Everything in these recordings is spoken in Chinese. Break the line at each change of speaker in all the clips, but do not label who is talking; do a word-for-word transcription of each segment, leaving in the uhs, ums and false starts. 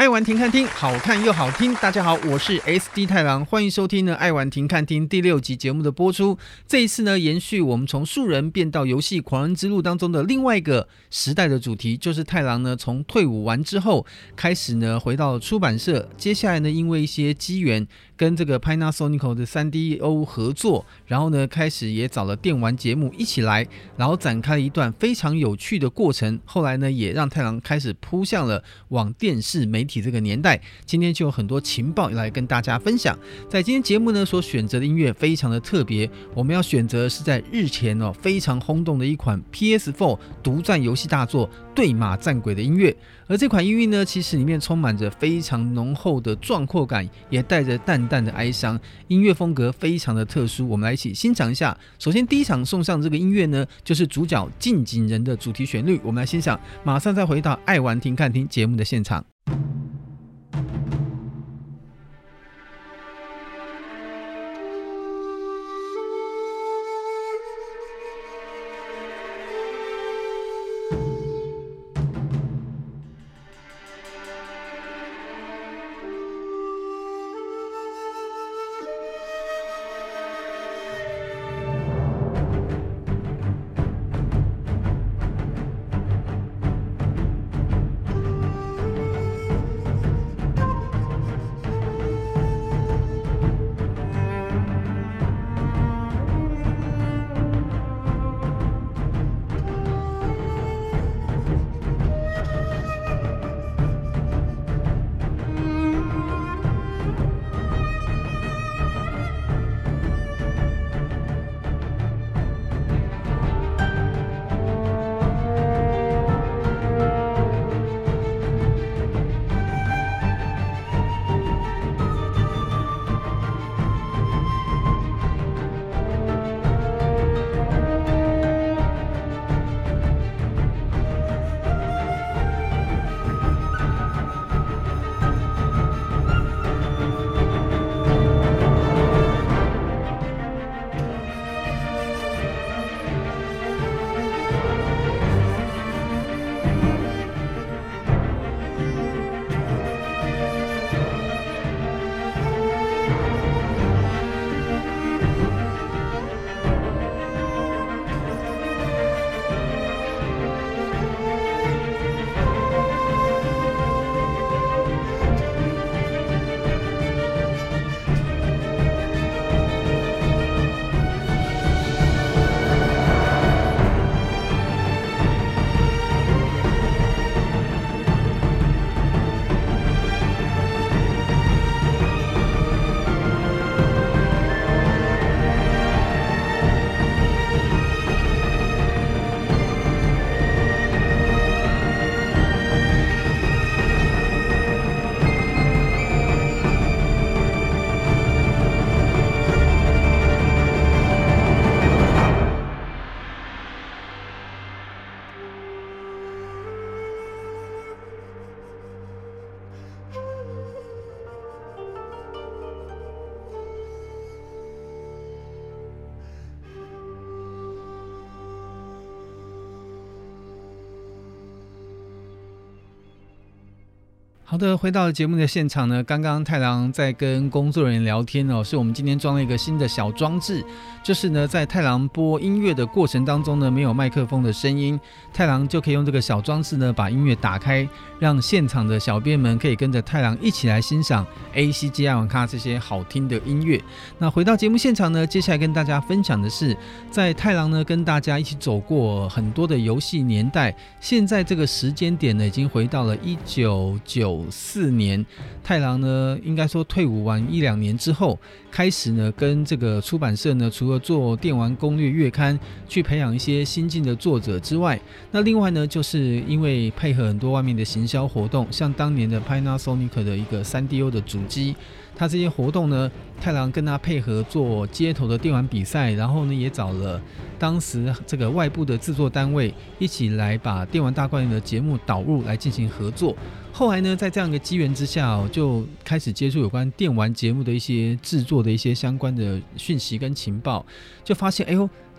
玩停看听，好看又好听。大家好，我是 S D 太郎，欢迎收听呢爱玩停看听第六集节目的播出。这一次呢，延续我们从素人变到游戏狂人之路当中的另外一个时代的主题，就是太郎呢从退伍完之后开始呢回到出版社，接下来呢因为一些机缘跟这个 Panasonic 的 三 D O 合作，然后呢开始也找了电玩节目一起来，然后展开了一段非常有趣的过程。后来呢也让太郎开始扑向了往电视媒体这个年代。今天就有很多情报来跟大家分享。在今天节目呢所选择的音乐非常的特别，我们要选择是在日前哦非常轰动的一款 P S 四 独占游戏大作《对马战鬼》的音乐。而这款音乐呢，其实里面充满着非常浓厚的壮阔感，也带着淡淡的哀伤，音乐风格非常的特殊。我们来一起欣赏一下。首先第一场送上这个音乐呢，就是主角近景人的主题旋律，我们来欣赏，马上再回到爱玩听看听节目的现场。好的，回到节目的现场呢，刚刚太郎在跟工作人员聊天哦，是我们今天装了一个新的小装置，就是呢在太郎播音乐的过程当中呢，没有麦克风的声音，太郎就可以用这个小装置呢把音乐打开，让现场的小编们可以跟着太郎一起来欣赏 A C G 爱玩咖这些好听的音乐。那回到节目现场呢，接下来跟大家分享的是，在太郎呢跟大家一起走过很多的游戏年代，现在这个时间点呢已经回到了一九九四年，太郎呢应该说退伍完一两年之后，开始呢跟这个出版社呢，除了做电玩攻略月刊，去培养一些新进的作者之外，那另外呢就是因为配合很多外面的行销活动，像当年的 Panasonic 的一个 三 D O 的主机，他这些活动呢，太郎跟他配合做街头的电玩比赛，然后呢也找了当时这个外部的制作单位一起来把电玩大观园的节目导入来进行合作。后来呢在这样一个机缘之下、哦、就开始接触有关电玩节目的一些制作的一些相关的讯息跟情报，就发现哎呦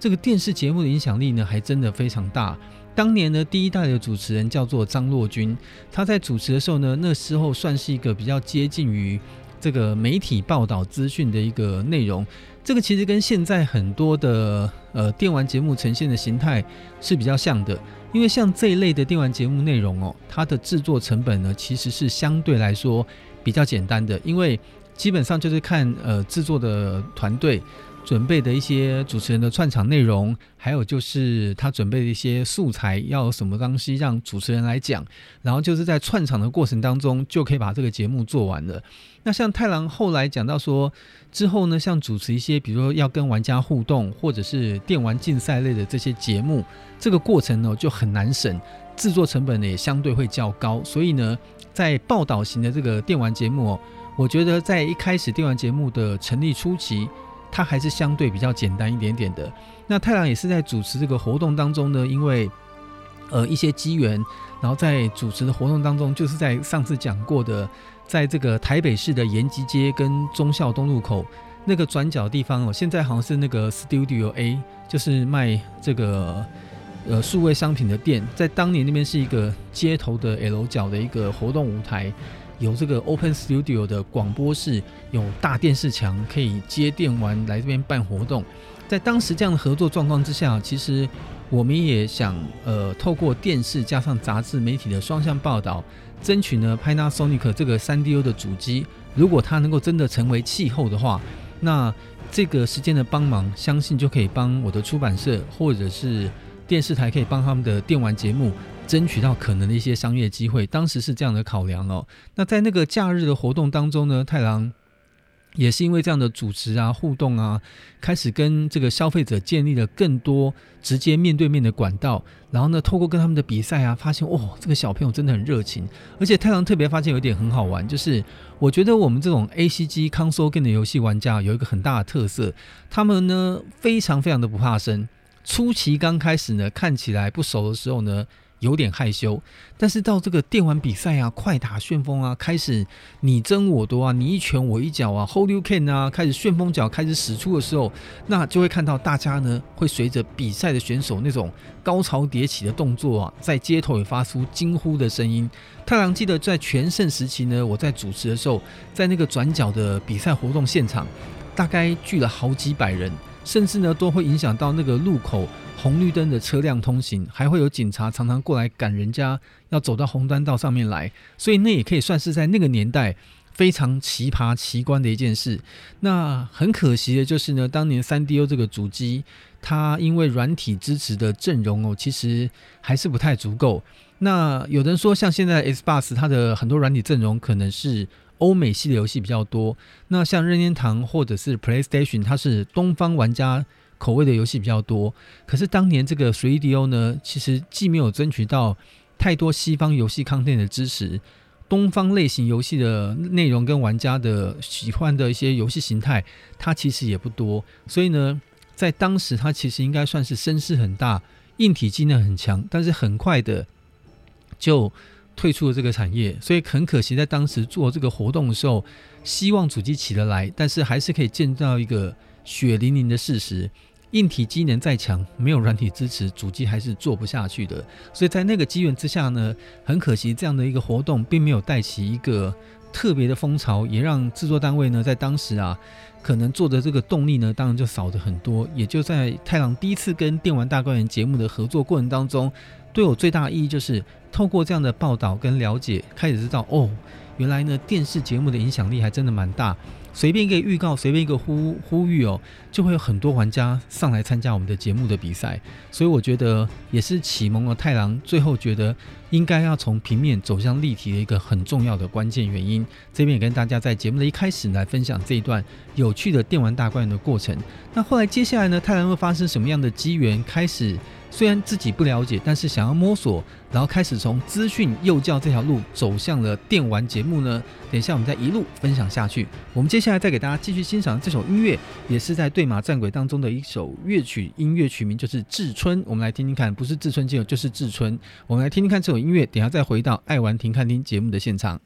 这个电视节目的影响力呢，还真的非常大。当年呢，第一代的主持人叫做张若均，他在主持的时候呢，那时候算是一个比较接近于这个媒体报道资讯的一个内容。这个其实跟现在很多的呃电玩节目呈现的形态是比较像的，因为像这一类的电玩节目内容哦，它的制作成本呢其实是相对来说比较简单的，因为基本上就是看呃制作的团队准备的一些主持人的串场内容，还有就是他准备的一些素材要有什么东西让主持人来讲，然后就是在串场的过程当中就可以把这个节目做完了。那像太郎后来讲到说之后呢，像主持一些比如说要跟玩家互动或者是电玩竞赛类的这些节目，这个过程呢就很难省，制作成本呢也相对会较高，所以呢在报道型的这个电玩节目、哦、我觉得在一开始电玩节目的成立初期它还是相对比较简单一点点的。那太郎也是在主持这个活动当中呢，因为呃一些机缘，然后在主持的活动当中，就是在上次讲过的，在这个台北市的延吉街跟忠孝东路口那个转角地方哦，现在好像是那个 Studio A， 就是卖这个呃数位商品的店，在当年那边是一个街头的 L 角的一个活动舞台。有这个 Open Studio 的广播室，有大电视墙可以接电玩来这边办活动。在当时这样的合作状况之下，其实我们也想呃透过电视加上杂志媒体的双向报道，争取呢 Panasonic 这个 三 D O 的主机，如果它能够真的成为气候的话，那这个时间的帮忙相信就可以帮我的出版社或者是电视台可以帮他们的电玩节目争取到可能的一些商业机会，当时是这样的考量哦。那在那个假日的活动当中呢，太郎也是因为这样的主持啊、互动啊，开始跟这个消费者建立了更多直接面对面的管道。然后呢，透过跟他们的比赛啊，发现哦，这个小朋友真的很热情。而且太郎特别发现有一点很好玩，就是我觉得我们这种 A C G console game 的游戏玩家有一个很大的特色，他们呢非常非常的不怕生。初期刚开始呢，看起来不熟的时候呢，有点害羞，但是到这个电玩比赛啊、快打旋风啊，开始你争我夺啊，你一拳我一脚啊 ，Hold you can 啊，开始旋风脚开始使出的时候，那就会看到大家呢会随着比赛的选手那种高潮迭起的动作啊，在街头也发出惊呼的声音。太郎记得在全盛时期呢，我在主持的时候，在那个转角的比赛活动现场，大概聚了好几百人。甚至呢都会影响到那个路口红绿灯的车辆通行，还会有警察常常过来赶人家要走到红灯道上面来，所以那也可以算是在那个年代非常奇葩奇观的一件事。那很可惜的就是呢，当年 三 D O 这个主机它因为软体支持的阵容哦，其实还是不太足够。那有人说像现在的 Xbox 它的很多软体阵容可能是欧美系的游戏比较多，那像任天堂或者是 PlayStation 它是东方玩家口味的游戏比较多。可是当年这个 三 D O 呢，其实既没有争取到太多西方游戏 content 的支持，东方类型游戏的内容跟玩家的喜欢的一些游戏形态它其实也不多，所以呢在当时它其实应该算是声势很大，硬体机能很强，但是很快的就退出了这个产业。所以很可惜在当时做这个活动的时候，希望主机起得来，但是还是可以见到一个血淋淋的事实，硬体机能再强，没有软体支持，主机还是做不下去的。所以在那个机缘之下呢，很可惜这样的一个活动并没有带起一个特别的风潮，也让制作单位呢在当时啊可能做的这个动力呢当然就少的很多。也就在太郎第一次跟电玩大观园节目的合作过程当中，对我最大的意义就是透过这样的报道跟了解，开始知道哦，原来呢电视节目的影响力还真的蛮大。随便一个预告，随便一个 呼, 呼吁哦，就会有很多玩家上来参加我们的节目的比赛。所以我觉得也是启蒙了太郎最后觉得应该要从平面走向立体的一个很重要的关键原因。这边也跟大家在节目的一开始来分享这一段有趣的电玩大观园的过程。那后来接下来呢，太郎会发生什么样的机缘，开始虽然自己不了解，但是想要摸索，然后开始从资讯幼教这条路走向了电玩节目呢？等一下我们再一路分享下去。我们接下来再给大家继续欣赏这首音乐，也是在对马战鬼当中的一首乐曲，音乐曲名就是至春。我们来听听看，不是至春街友就是至春。我们来听听看这首音乐，等一下再回到爱玩停看听节目的现场。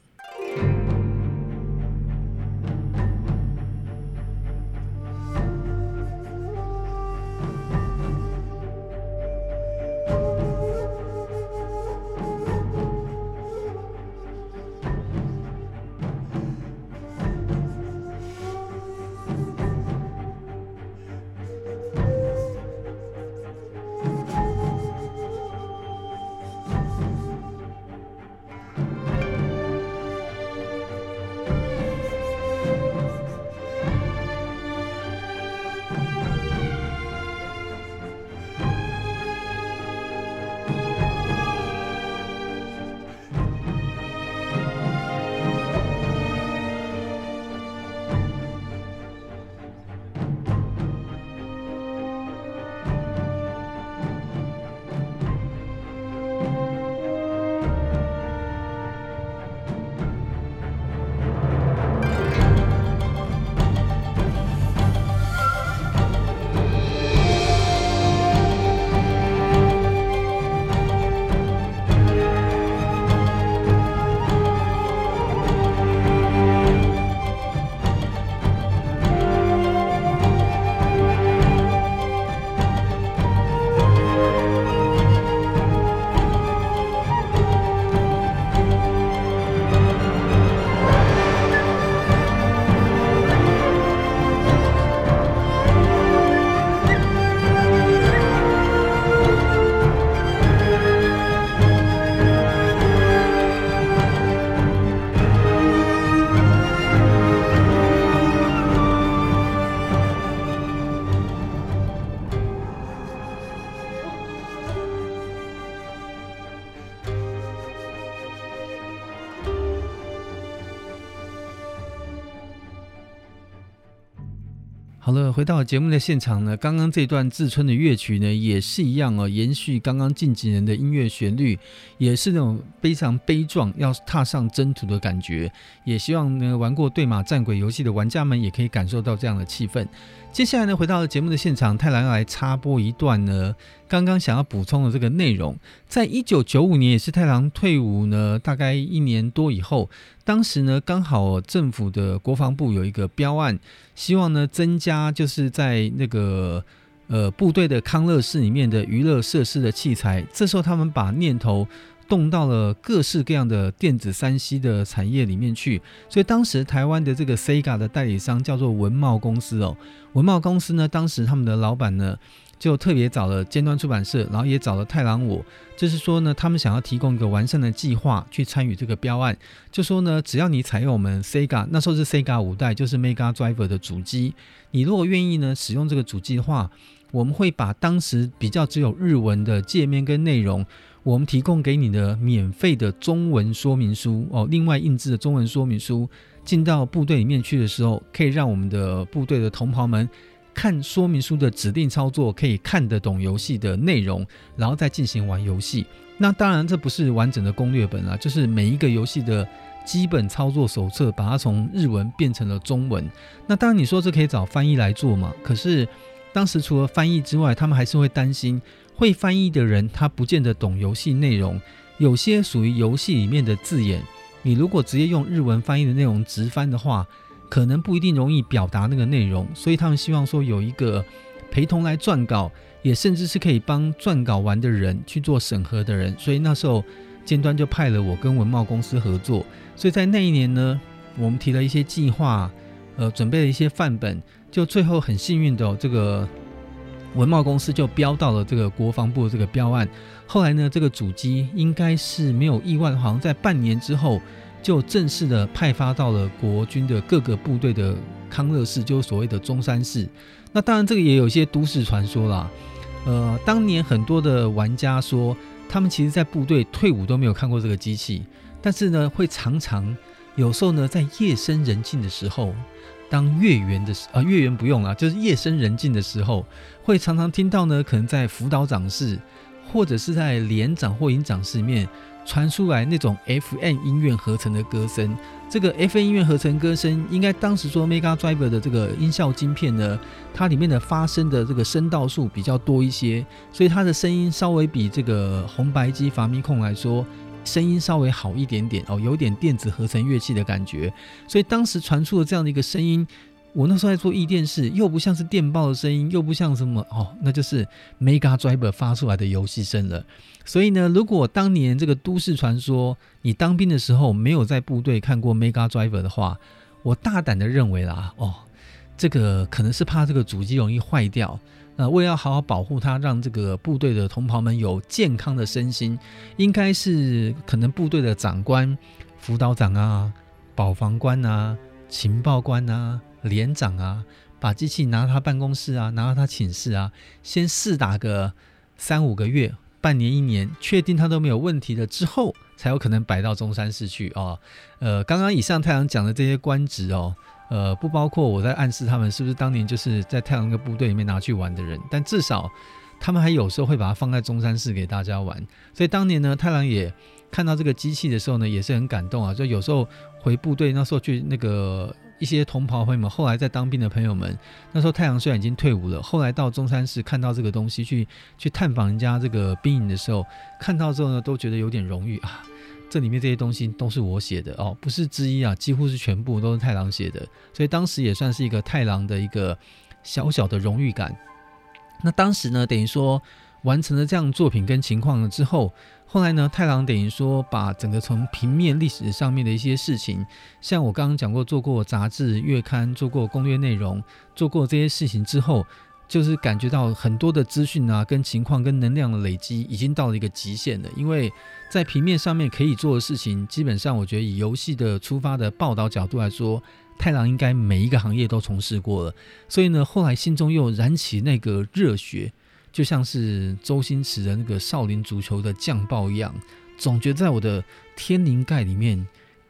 好了，回到节目的现场呢，刚刚这段自春的乐曲呢，也是一样哦，延续刚刚晋级人的音乐旋律，也是那种非常悲壮，要踏上征途的感觉。也希望呢，玩过对马战鬼游戏的玩家们也可以感受到这样的气氛。接下来呢，回到节目的现场，太郎要来插播一段呢，刚刚想要补充的这个内容。在一九九五年，也是太郎退伍呢，大概一年多以后，当时呢，刚好政府的国防部有一个标案，希望呢增加就是在那个呃部队的康乐室里面的娱乐设施的器材。这时候他们把念头动到了各式各样的电子 三 C 的产业里面去，所以当时台湾的这个 Sega 的代理商叫做文茂公司哦。文茂公司呢，当时他们的老板呢就特别找了尖端出版社，然后也找了太郎我，就是说呢，他们想要提供一个完善的计划去参与这个标案，就说呢，只要你采用我们 Sega， 那时候是 Sega 五代，就是 Mega Driver 的主机，你如果愿意呢使用这个主机的话，我们会把当时比较只有日文的界面跟内容，我们提供给你的免费的中文说明书哦，另外印制的中文说明书，进到部队里面去的时候，可以让我们的部队的同袍们看说明书的指定操作，可以看得懂游戏的内容，然后再进行玩游戏。那当然这不是完整的攻略本啦，就是每一个游戏的基本操作手册，把它从日文变成了中文。那当然你说这可以找翻译来做嘛，可是当时除了翻译之外，他们还是会担心会翻译的人他不见得懂游戏内容，有些属于游戏里面的字眼，你如果直接用日文翻译的内容直翻的话，可能不一定容易表达那个内容，所以他们希望说有一个陪同来撰稿，也甚至是可以帮撰稿完的人去做审核的人。所以那时候尖端就派了我跟文茂公司合作，所以在那一年呢，我们提了一些计划，呃，准备了一些范本，就最后很幸运的、哦、这个文茂公司就标到了这个国防部的这个标案。后来呢，这个主机应该是没有意外的，好像在半年之后就正式的派发到了国军的各个部队的康乐室，就是所谓的中山室。那当然这个也有一些都市传说啦，呃，当年很多的玩家说他们其实在部队退伍都没有看过这个机器，但是呢会常常有时候呢在夜深人静的时候，当月圆的啊月圆不用啦，就是夜深人静的时候，会常常听到呢，可能在辅导长室或者是在连长或营长室里面传出来那种 F M 音乐合成的歌声。这个 F M 音乐合成歌声，应该当时说 Mega Driver 的这个音效晶片呢，它里面的发声的这个声道数比较多一些，所以它的声音稍微比这个红白机 Famicom 来说声音稍微好一点点哦，有点电子合成乐器的感觉。所以当时传出了这样的一个声音，我那时候在做异电视，又不像是电报的声音，又不像什么哦，那就是 Mega Driver 发出来的游戏声了。所以呢，如果当年这个都市传说你当兵的时候没有在部队看过 Mega Driver 的话，我大胆的认为啦，哦，这个可能是怕这个主机容易坏掉，那为了要好好保护它，让这个部队的同袍们有健康的身心，应该是可能部队的长官、辅导长啊、保防官啊、情报官啊、连长啊，把机器拿到他办公室啊，拿到他寝室啊，先试打个三五个月、半年、一年，确定他都没有问题了之后，才有可能摆到中山室去哦。呃，刚刚以上太阳讲的这些官职哦，呃，不包括我在暗示他们是不是当年就是在太阳那个部队里面拿去玩的人，但至少他们还有时候会把它放在中山室给大家玩。所以当年呢，太郎也看到这个机器的时候呢，也是很感动啊。就有时候回部队那时候去那个一些同袍朋友们，后来在当兵的朋友们，那时候太阳虽然已经退伍了，后来到中山室看到这个东西，去去探访人家这个兵营的时候，看到之后呢，都觉得有点荣誉啊。这里面这些东西都是我写的哦，不是之一啊，几乎是全部都是太郎写的，所以当时也算是一个太郎的一个小小的荣誉感。那当时呢，等于说完成了这样作品跟情况了之后，后来呢，太郎等于说把整个从平面历史上面的一些事情，像我刚刚讲过，做过杂志、月刊，做过攻略内容，做过这些事情之后，就是感觉到很多的资讯啊、跟情况、跟能量的累积已经到了一个极限了。因为在平面上面可以做的事情，基本上我觉得以游戏的出发的报道角度来说，太郎应该每一个行业都从事过了。所以呢，后来心中又燃起那个热血，就像是周星驰的那个少林足球的酱爆一样，总觉得在我的天灵盖里面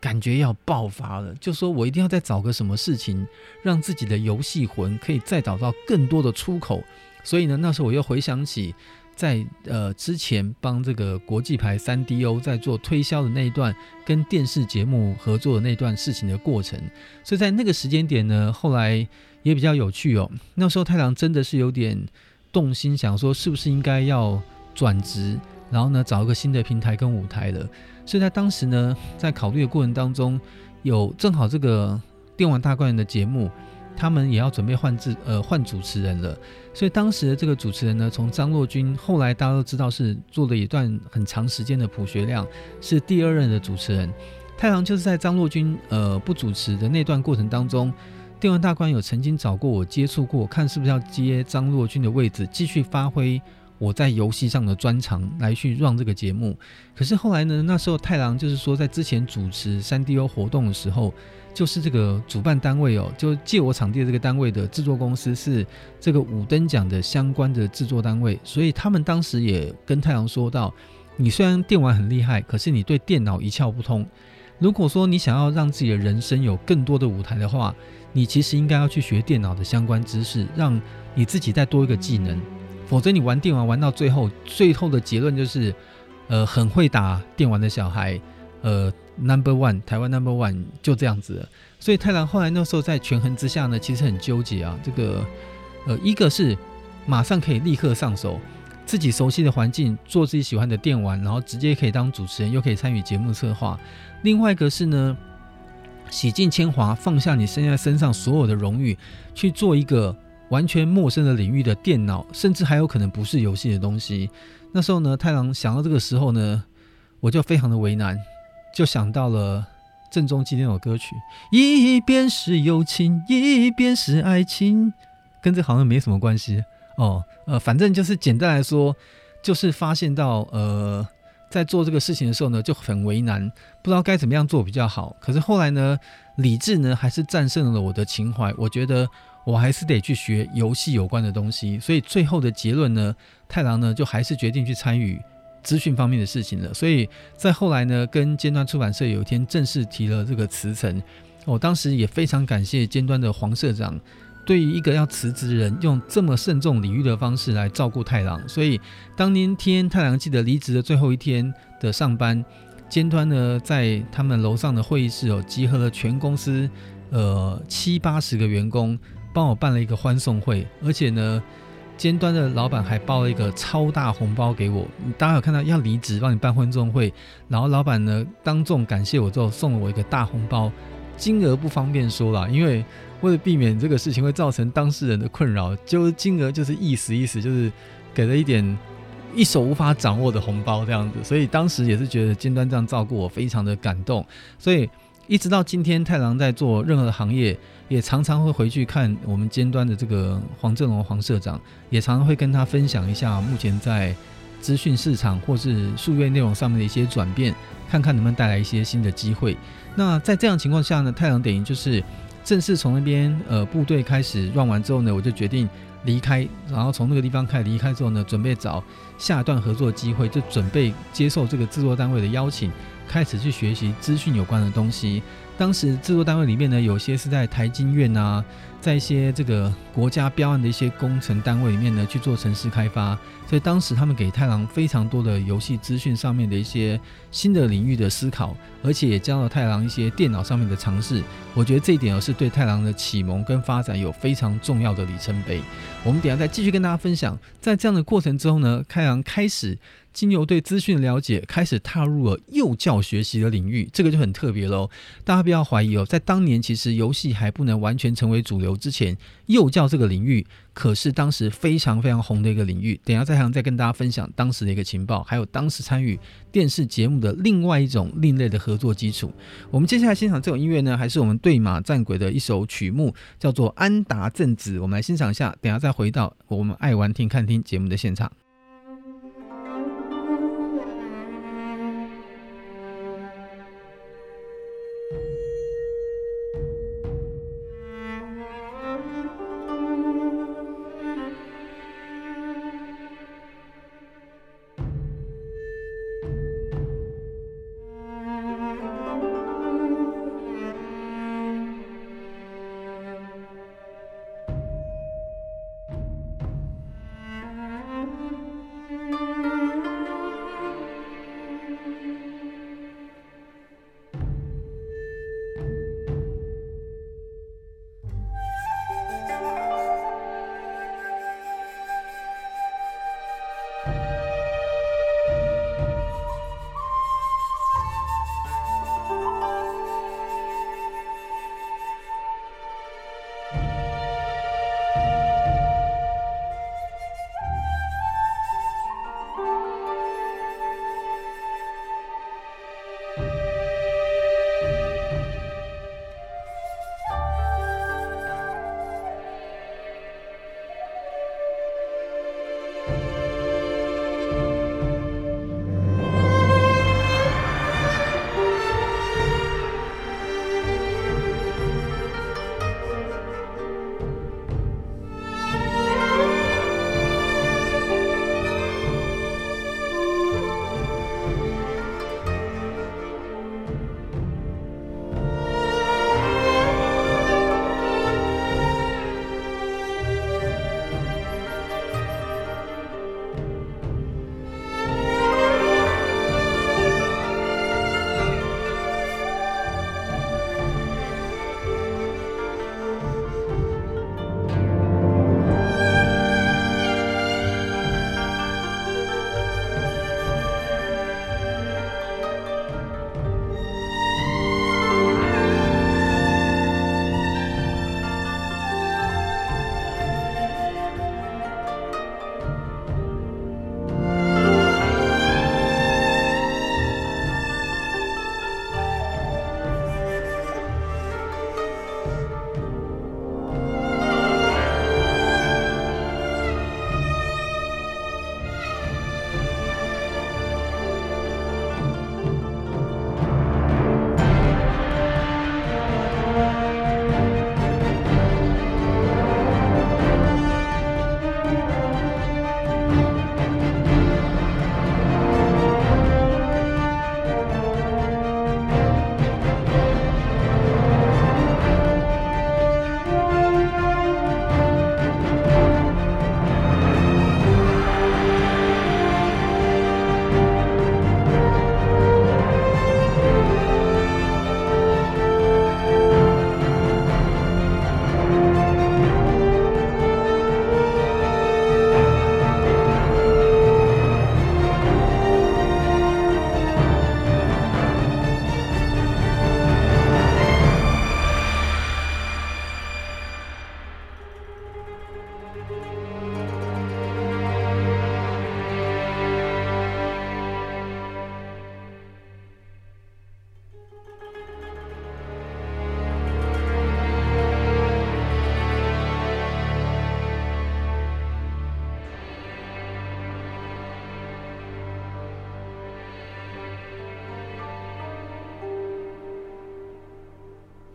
感觉要爆发了，就说我一定要再找个什么事情，让自己的游戏魂可以再找到更多的出口。所以呢，那时候我又回想起在呃之前帮这个国际牌 三 D O 在做推销的那一段跟电视节目合作的那段事情的过程。所以在那个时间点呢，后来也比较有趣哦。那时候太郎真的是有点动心，想说是不是应该要转职，然后呢找一个新的平台跟舞台了。所以在当时呢，在考虑的过程当中，有正好这个电玩大观园的节目，他们也要准备换制呃换主持人了。所以当时的这个主持人呢，从张若君，后来大家都知道是做了一段很长时间的朴学亮，是第二任的主持人。太郎就是在张若君呃不主持的那段过程当中，电玩大观有曾经找过我接触过，看是不是要接张若君的位置，继续发挥我在游戏上的专长来去让这个节目。可是后来呢，那时候太郎就是说在之前主持 三 D O 活动的时候，就是这个主办单位哦，就借我场地的这个单位的制作公司是这个五等奖的相关的制作单位，所以他们当时也跟太郎说到，你虽然电玩很厉害，可是你对电脑一窍不通，如果说你想要让自己的人生有更多的舞台的话，你其实应该要去学电脑的相关知识，让你自己再多一个技能，否则你玩电玩玩到最后，最后的结论就是，呃，很会打电玩的小孩，呃 ，number one， 台湾 number one 就这样子了。所以太郎后来那时候在权衡之下呢，其实很纠结啊。这个，呃，一个是马上可以立刻上手，自己熟悉的环境做自己喜欢的电玩，然后直接可以当主持人，又可以参与节目策划。另外一个是呢，洗尽铅华，放下你现在身上所有的荣誉，去做一个完全陌生的领域的电脑，甚至还有可能不是游戏的东西。那时候呢，太郎想到这个时候呢，我就非常的为难，就想到了郑中基那首歌曲，一边是友情，一边是爱情，跟这好像没什么关系哦。呃，反正就是简单来说，就是发现到呃，在做这个事情的时候呢，就很为难，不知道该怎么样做比较好。可是后来呢，理智呢还是战胜了我的情怀，我觉得我还是得去学游戏有关的东西。所以最后的结论呢，太郎呢就还是决定去参与资讯方面的事情了。所以在后来呢，跟尖端出版社有一天正式提了这个辞呈。我当时也非常感谢尖端的黄社长，对于一个要辞职的人，用这么慎重礼遇的方式来照顾太郎。所以当年天太郎记得离职的最后一天的上班，尖端呢在他们楼上的会议室哦，集合了全公司呃七八十个员工，帮我办了一个欢送会，而且呢，尖端的老板还包了一个超大红包给我。大家有看到要离职帮你办欢送会，然后老板呢当众感谢我之后，送了我一个大红包，金额不方便说啦，因为为了避免这个事情会造成当事人的困扰，就金额就是意思意思，就是给了一点一手无法掌握的红包这样子。所以当时也是觉得尖端这样照顾我，非常的感动。所以一直到今天，太郎在做任何的行业，也常常会回去看我们尖端的这个黄正龙黄社长，也常常会跟他分享一下目前在资讯市场或是数位内容上面的一些转变，看看能不能带来一些新的机会。那在这样的情况下呢，太郎等于就是正式从那边呃部队开始乱完之后呢，我就决定离开，然后从那个地方开始离开之后呢，准备找下一段合作机会，就准备接受这个制作单位的邀请，开始去学习资讯有关的东西。当时制作单位里面呢，有些是在台经院啊，在一些这个国家标案的一些工程单位里面呢去做程式开发，所以当时他们给太郎非常多的游戏资讯上面的一些新的领域的思考，而且也教了太郎一些电脑上面的尝试。我觉得这一点是对太郎的启蒙跟发展有非常重要的里程碑。我们等一下再继续跟大家分享，在这样的过程之后呢，太郎开始经由对资讯的了解，开始踏入了幼教学习的领域，这个就很特别咯。大家不要怀疑哦，在当年其实游戏还不能完全成为主流之前，幼教这个领域可是当时非常非常红的一个领域。等一下再再跟大家分享当时的一个情报，还有当时参与电视节目的另外一种另类的合作基础。我们接下来欣赏这首音乐呢，还是我们对马战鬼的一首曲目，叫做安达正子。我们来欣赏一下，等一下再回到我们爱玩听看听节目的现场。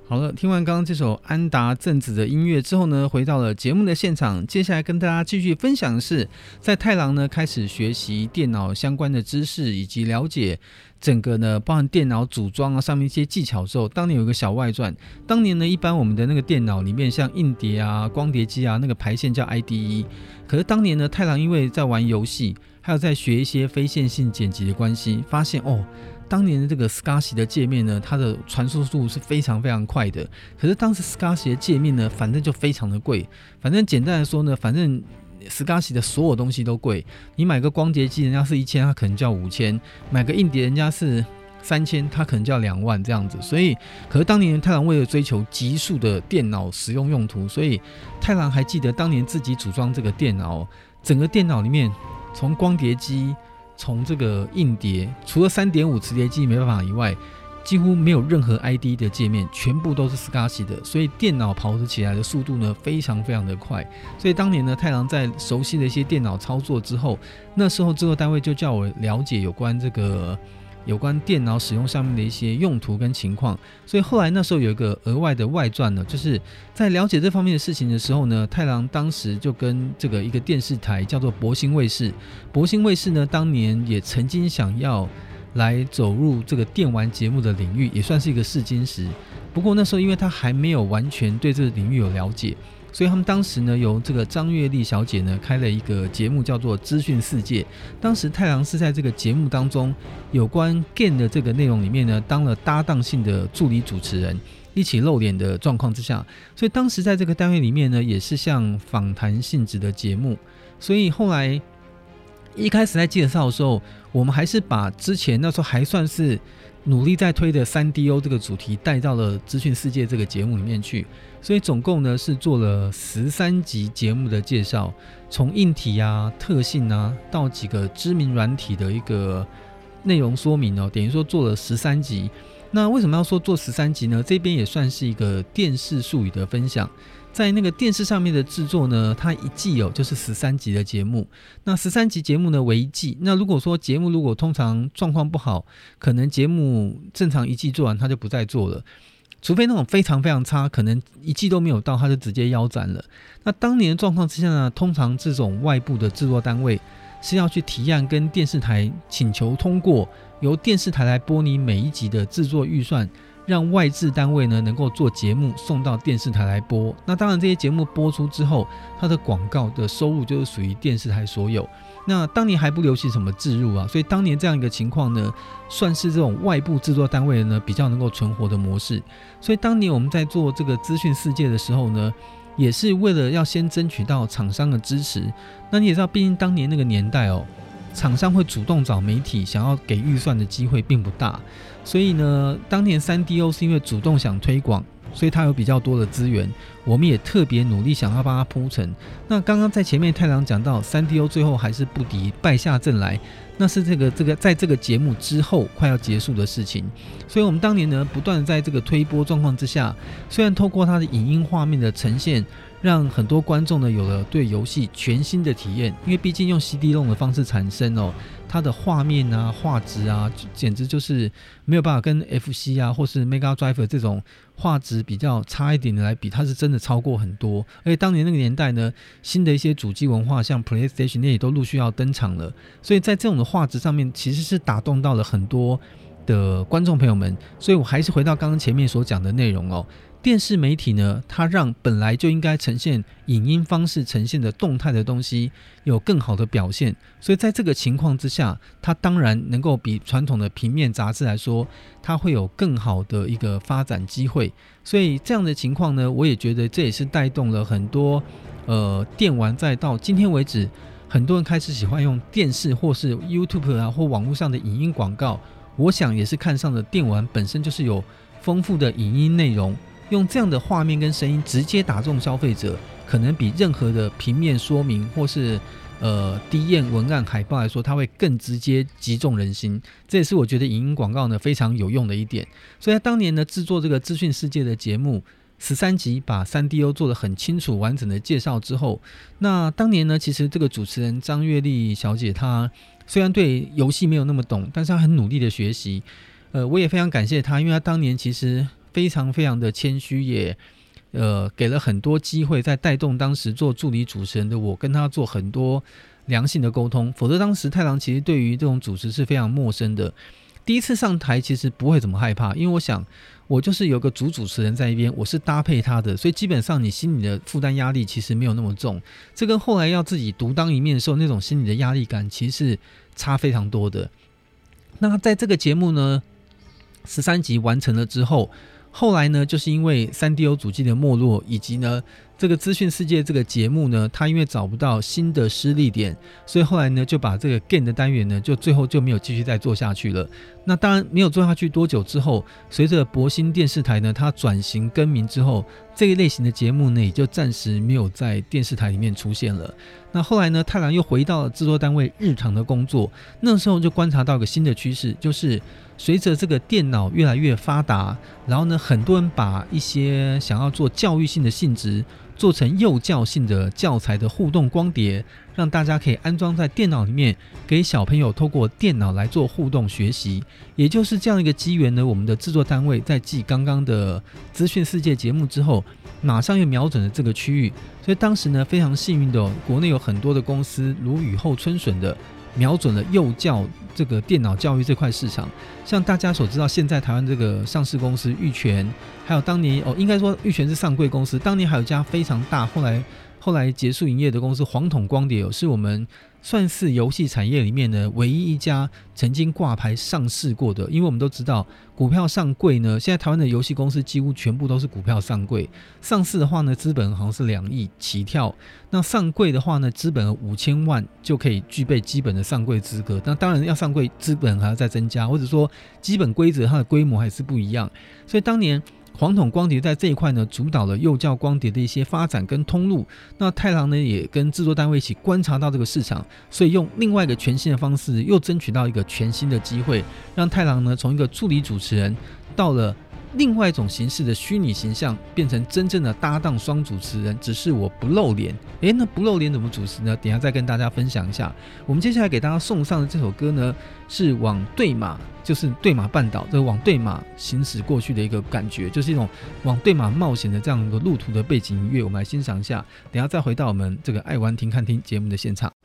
好了，听完刚刚这首安达正子的音乐之后呢，回到了节目的现场，接下来跟大家继续分享的是，在太郎呢开始学习电脑相关的知识，以及了解整个呢包含电脑组装啊上面一些技巧之后，当年有一个小外传。当年呢，一般我们的那个电脑里面，像硬碟啊、光碟机啊，那个排线叫 I D E。可是当年呢，太郎因为在玩游戏，还有在学一些非线性剪辑的关系，发现哦。当年的这个 S C A S I 的界面呢，它的传输速度是非常非常快的。可是当时 S C A S I 的界面呢，反正就非常的贵。反正简单来说呢，反正 S C A S I 的所有东西都贵。你买个光碟机，人家是一千，它可能就要五千；买个硬碟，人家是三千，它可能就要两万这样子。所以，可是当年太郎为了追求极速的电脑使用用途，所以太郎还记得当年自己组装这个电脑，整个电脑里面从光碟机。从这个硬碟，除了 三点五 磁碟机没办法以外，几乎没有任何 I D E 的界面，全部都是 S C A S I 的，所以电脑跑得起来的速度呢非常非常的快。所以当年呢，太郎在熟悉了一些电脑操作之后，那时候制作单位就叫我了解有关这个有关电脑使用上面的一些用途跟情况。所以后来那时候有一个额外的外传呢，就是在了解这方面的事情的时候呢，太郎当时就跟这个一个电视台叫做博兴卫视，博兴卫视呢当年也曾经想要来走入这个电玩节目的领域，也算是一个试金石。不过那时候因为他还没有完全对这个领域有了解，所以他们当时呢由这个张月丽小姐呢开了一个节目叫做资讯世界。当时太郎是在这个节目当中有关 game 的这个内容里面呢当了搭档性的助理主持人，一起露脸的状况之下，所以当时在这个单位里面呢也是像访谈性质的节目。所以后来一开始在介绍的时候，我们还是把之前那时候还算是努力在推的 三 D O 这个主题带到了资讯世界这个节目里面去。所以总共呢是做了十三集节目的介绍，从硬体啊、特性啊到几个知名软体的一个内容说明哦，等于说做了十三集。那为什么要说做十三集呢？这边也算是一个电视术语的分享。在那个电视上面的制作呢，它一季哦就是十三集的节目。那十三集节目呢为一季。那如果说节目如果通常状况不好，可能节目正常一季做完它就不再做了。除非那种非常非常差，可能一季都没有到，它就直接腰斩了。那当年的状况之下呢，通常这种外部的制作单位是要去提案跟电视台请求通过，由电视台来拨你每一集的制作预算，让外制单位呢能够做节目送到电视台来播。那当然这些节目播出之后，它的广告的收入就是属于电视台所有。那当年还不流行什么置入啊，所以当年这样一个情况呢，算是这种外部制作单位呢比较能够存活的模式。所以当年我们在做这个资讯世界的时候呢，也是为了要先争取到厂商的支持。那你也知道，毕竟当年那个年代哦，厂商会主动找媒体想要给预算的机会并不大，所以呢，当年 三 D O 是因为主动想推广，所以它有比较多的资源，我们也特别努力想要帮它铺陈。那刚刚在前面太郎讲到 三 D O 最后还是不敌败下阵来，那是这个这个在这个节目之后快要结束的事情。所以我们当年呢不断在这个推播状况之下，虽然透过它的影音画面的呈现，让很多观众呢有了对游戏全新的体验，因为毕竟用 C D ROM 的方式产生哦，它的画面啊、画质啊，简直就是没有办法跟 F C 啊或是 Mega Drive 这种画质比较差一点的来比，它是真的超过很多。而且当年那个年代呢，新的一些主机文化像 PlayStation 也都陆续要登场了，所以在这种的画质上面其实是打动到了很多的观众朋友们。所以我还是回到刚刚前面所讲的内容哦，电视媒体呢，它让本来就应该呈现影音方式呈现的动态的东西有更好的表现，所以在这个情况之下，它当然能够比传统的平面杂志来说，它会有更好的一个发展机会。所以这样的情况呢，我也觉得这也是带动了很多呃电玩，再到今天为止，很多人开始喜欢用电视或是 YouTube 啊或网络上的影音广告，我想也是看上了电玩本身就是有丰富的影音内容，用这样的画面跟声音直接打中消费者，可能比任何的平面说明或是呃 D N 文案海报来说，它会更直接击中人心。这也是我觉得影音广告呢非常有用的一点。所以在当年呢制作这个资讯世界的节目十三集，把 三 D O 做得很清楚完整的介绍之后，那当年呢其实这个主持人张月丽小姐，她虽然对游戏没有那么懂，但是她很努力的学习。呃，我也非常感谢她，因为她当年其实非常非常的谦虚，也呃给了很多机会，在带动当时做助理主持人的我，跟他做很多良性的沟通。否则当时太郎其实对于这种主持是非常陌生的。第一次上台其实不会怎么害怕，因为我想我就是有个主主持人在一边，我是搭配他的，所以基本上你心里的负担压力其实没有那么重。这跟后来要自己独当一面的时候那种心理的压力感其实是差非常多的。那在这个节目呢十三集完成了之后，后来呢就是因为 三 D O 主机的没落，以及呢这个资讯世界这个节目呢，它因为找不到新的施力点，所以后来呢就把这个 Game 的单元呢就最后就没有继续再做下去了。那当然没有做下去多久之后，随着博兴电视台呢它转型更名之后，这一类型的节目呢也就暂时没有在电视台里面出现了。那后来呢太郎又回到了制作单位日常的工作，那时候就观察到一个新的趋势，就是随着这个电脑越来越发达，然后呢很多人把一些想要做教育性的性质做成幼教性的教材的互动光碟，让大家可以安装在电脑里面，给小朋友透过电脑来做互动学习。也就是这样一个机缘呢，我们的制作单位在继刚刚的资讯世界节目之后，马上又瞄准了这个区域。所以当时呢非常幸运的、哦、国内有很多的公司如雨后春笋的瞄准了幼教这个电脑教育这块市场。像大家所知道，现在台湾这个上市公司玉泉，还有当年哦，应该说玉泉是上柜公司，当年还有一家非常大，后来后来结束营业的公司黄统光碟，是我们算是游戏产业里面呢唯一一家曾经挂牌上市过的。因为我们都知道股票上柜呢，现在台湾的游戏公司几乎全部都是股票上柜，上市的话呢资本好像是两亿起跳，那上柜的话呢资本五千万就可以具备基本的上柜资格。那当然要上柜资本还要再增加，或者说基本规则它的规模还是不一样。所以当年黄统光碟在这一块呢主导了幼教光碟的一些发展跟通路。那太郎呢也跟制作单位一起观察到这个市场，所以用另外一个全新的方式又争取到一个全新的机会，让太郎呢从一个助理主持人到了另外一种形式的虚拟形象，变成真正的搭档双主持人，只是我不露脸。诶，那不露脸怎么主持呢？等一下再跟大家分享一下。我们接下来给大家送上的这首歌呢，是往对马，就是对马半岛这个往对马行驶过去的一个感觉，就是一种往对马冒险的这样一个路途的背景音乐。我们来欣赏一下，等一下再回到我们这个爱玩听看听节目的现场。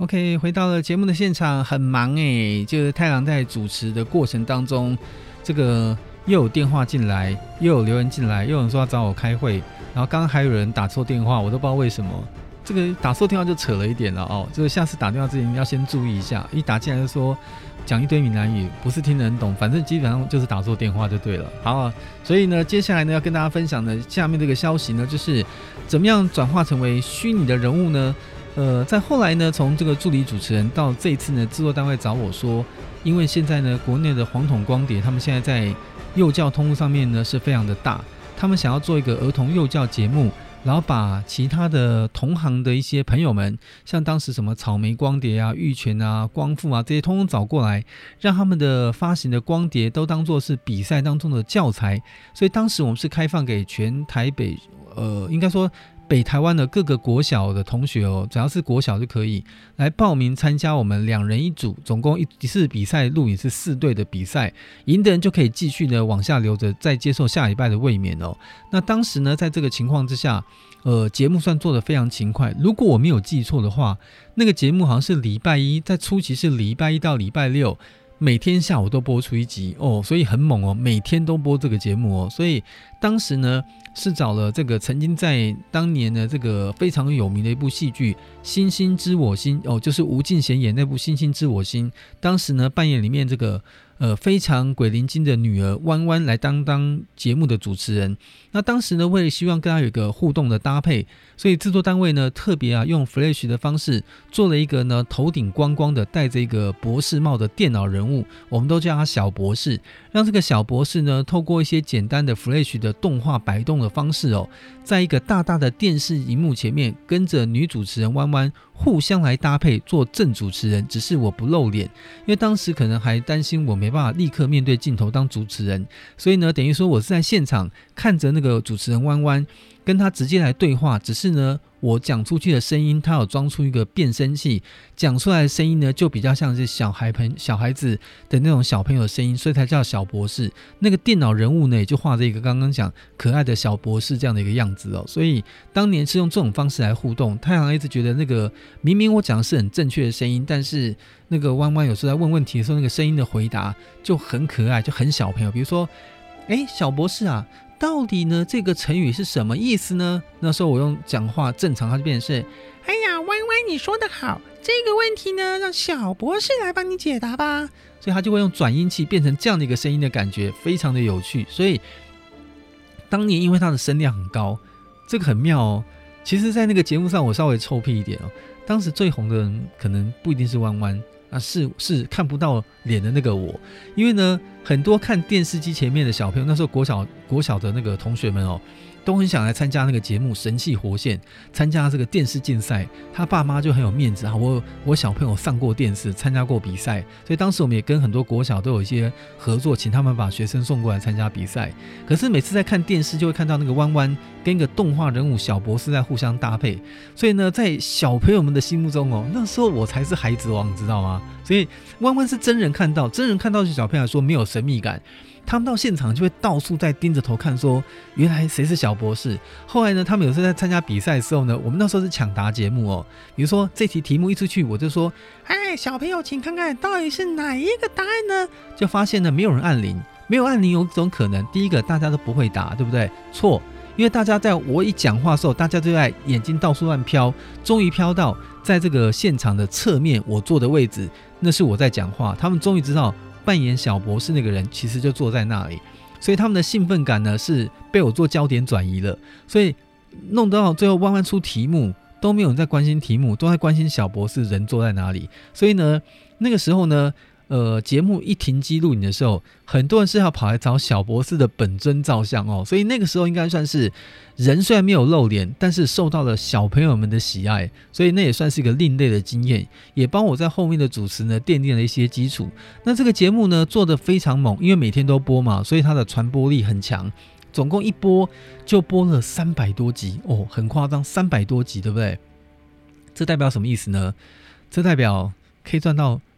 OK， 回到了节目的现场，很忙哎，就是太郎在主持的过程当中，这个又有电话进来，又有留言进来，又有人说要找我开会，然后刚刚还有人打错电话，我都不知道为什么。这个打错电话就扯了一点了哦，这个下次打电话之前要先注意一下，一打进来就说讲一堆闽南语，不是听得很懂，反正基本上就是打错电话就对了。好、啊，所以呢，接下来呢要跟大家分享的下面这个消息呢，就是怎么样转化成为虚拟的人物呢？呃，在后来呢，从这个助理主持人到这一次呢，制作单位找我说，因为现在呢，国内的黄统光碟他们现在在幼教通路上面呢是非常的大，他们想要做一个儿童幼教节目。然后把其他的同行的一些朋友们，像当时什么草莓光碟啊、玉泉啊、光复啊这些通通找过来，让他们的发行的光碟都当作是比赛当中的教材。所以当时我们是开放给全台北，呃，应该说北台湾的各个国小的同学哦，只要是国小就可以来报名参加我们两人一组，总共一次比赛录影是四队的比赛，赢的人就可以继续的往下留着，再接受下礼拜的卫冕哦。那当时呢，在这个情况之下，呃，节目算做得非常勤快。如果我没有记错的话，那个节目好像是礼拜一，在初期是礼拜一到礼拜六。每天下午都播出一集哦，所以很猛哦，每天都播这个节目哦。所以当时呢是找了这个曾经在当年的这个非常有名的一部戏剧《星星知我心》哦，就是吴敬贤演那部《星星知我心》。当时呢扮演里面这个呃非常鬼灵精的女儿弯弯来当当节目的主持人。那当时呢为了希望跟她有一个互动的搭配，所以制作单位呢特别啊用 Flash 的方式做了一个呢头顶光光的戴着一个博士帽的电脑人物，我们都叫他小博士，让这个小博士呢透过一些简单的 Flash 的动画摆动的方式哦，在一个大大的电视荧幕前面跟着女主持人弯弯互相来搭配做正主持人，只是我不露脸，因为当时可能还担心我没办法立刻面对镜头当主持人，所以呢等于说我是在现场看着那个主持人弯弯跟他直接来对话，只是呢我讲出去的声音他有装出一个变声器，讲出来的声音呢就比较像是小孩朋小孩子的那种小朋友的声音，所以才叫小博士。那个电脑人物呢也就画着一个刚刚讲可爱的小博士这样的一个样子哦，所以当年是用这种方式来互动。太阳一直觉得那个明明我讲的是很正确的声音，但是那个弯弯有时候在问问题的时候，那个声音的回答就很可爱，就很小朋友。比如说哎，小博士啊，到底呢这个成语是什么意思呢？那时候我用讲话正常，它就变成是哎呀弯弯你说得好，这个问题呢让小博士来帮你解答吧。所以他就会用转音器变成这样的一个声音的感觉，非常的有趣。所以当年因为他的声量很高，这个很妙哦。其实在那个节目上我稍微臭屁一点哦，当时最红的人可能不一定是弯弯啊，是是看不到脸的那个我。因为呢很多看电视机前面的小朋友，那时候国小国小的那个同学们哦，都很想来参加那个节目神气活现，参加这个电视竞赛。他爸妈就很有面子啊，我我小朋友上过电视，参加过比赛，所以当时我们也跟很多国小都有一些合作，请他们把学生送过来参加比赛。可是每次在看电视就会看到那个弯弯跟一个动画人物小博士在互相搭配，所以呢在小朋友们的心目中哦，那时候我才是孩子王，你知道吗？所以弯弯是真人看到，真人看到对小朋友来说没有神秘感，他们到现场就会到处在盯着头看，说原来谁是小博士。后来呢他们有时候在参加比赛的时候呢，我们那时候是抢答节目哦，比如说这题题目一出去，我就说哎，小朋友请看看到底是哪一个答案呢？就发现呢没有人按铃，没有按铃有种可能，第一个大家都不会答，对不对？错，因为大家在我一讲话的时候，大家就在眼睛到处乱飘，终于飘到在这个现场的侧面我坐的位置，那是我在讲话，他们终于知道扮演小博士那个人其实就坐在那里，所以他们的兴奋感呢是被我做焦点转移了，所以弄到最后弯弯出题目都没有人在关心题目，都在关心小博士人坐在哪里。所以呢那个时候呢呃，节目一停机录影的时候，很多人是要跑来找小博士的本尊照相哦，所以那个时候应该算是人虽然没有露脸，但是受到了小朋友们的喜爱，所以那也算是一个另类的经验，也帮我在后面的主持呢奠定了一些基础。那这个节目呢做得非常猛，因为每天都播嘛，所以它的传播力很强，总共一播就播了三百多集哦，很夸张，三百多集，对不对？这代表什么意思呢？这代表可以赚到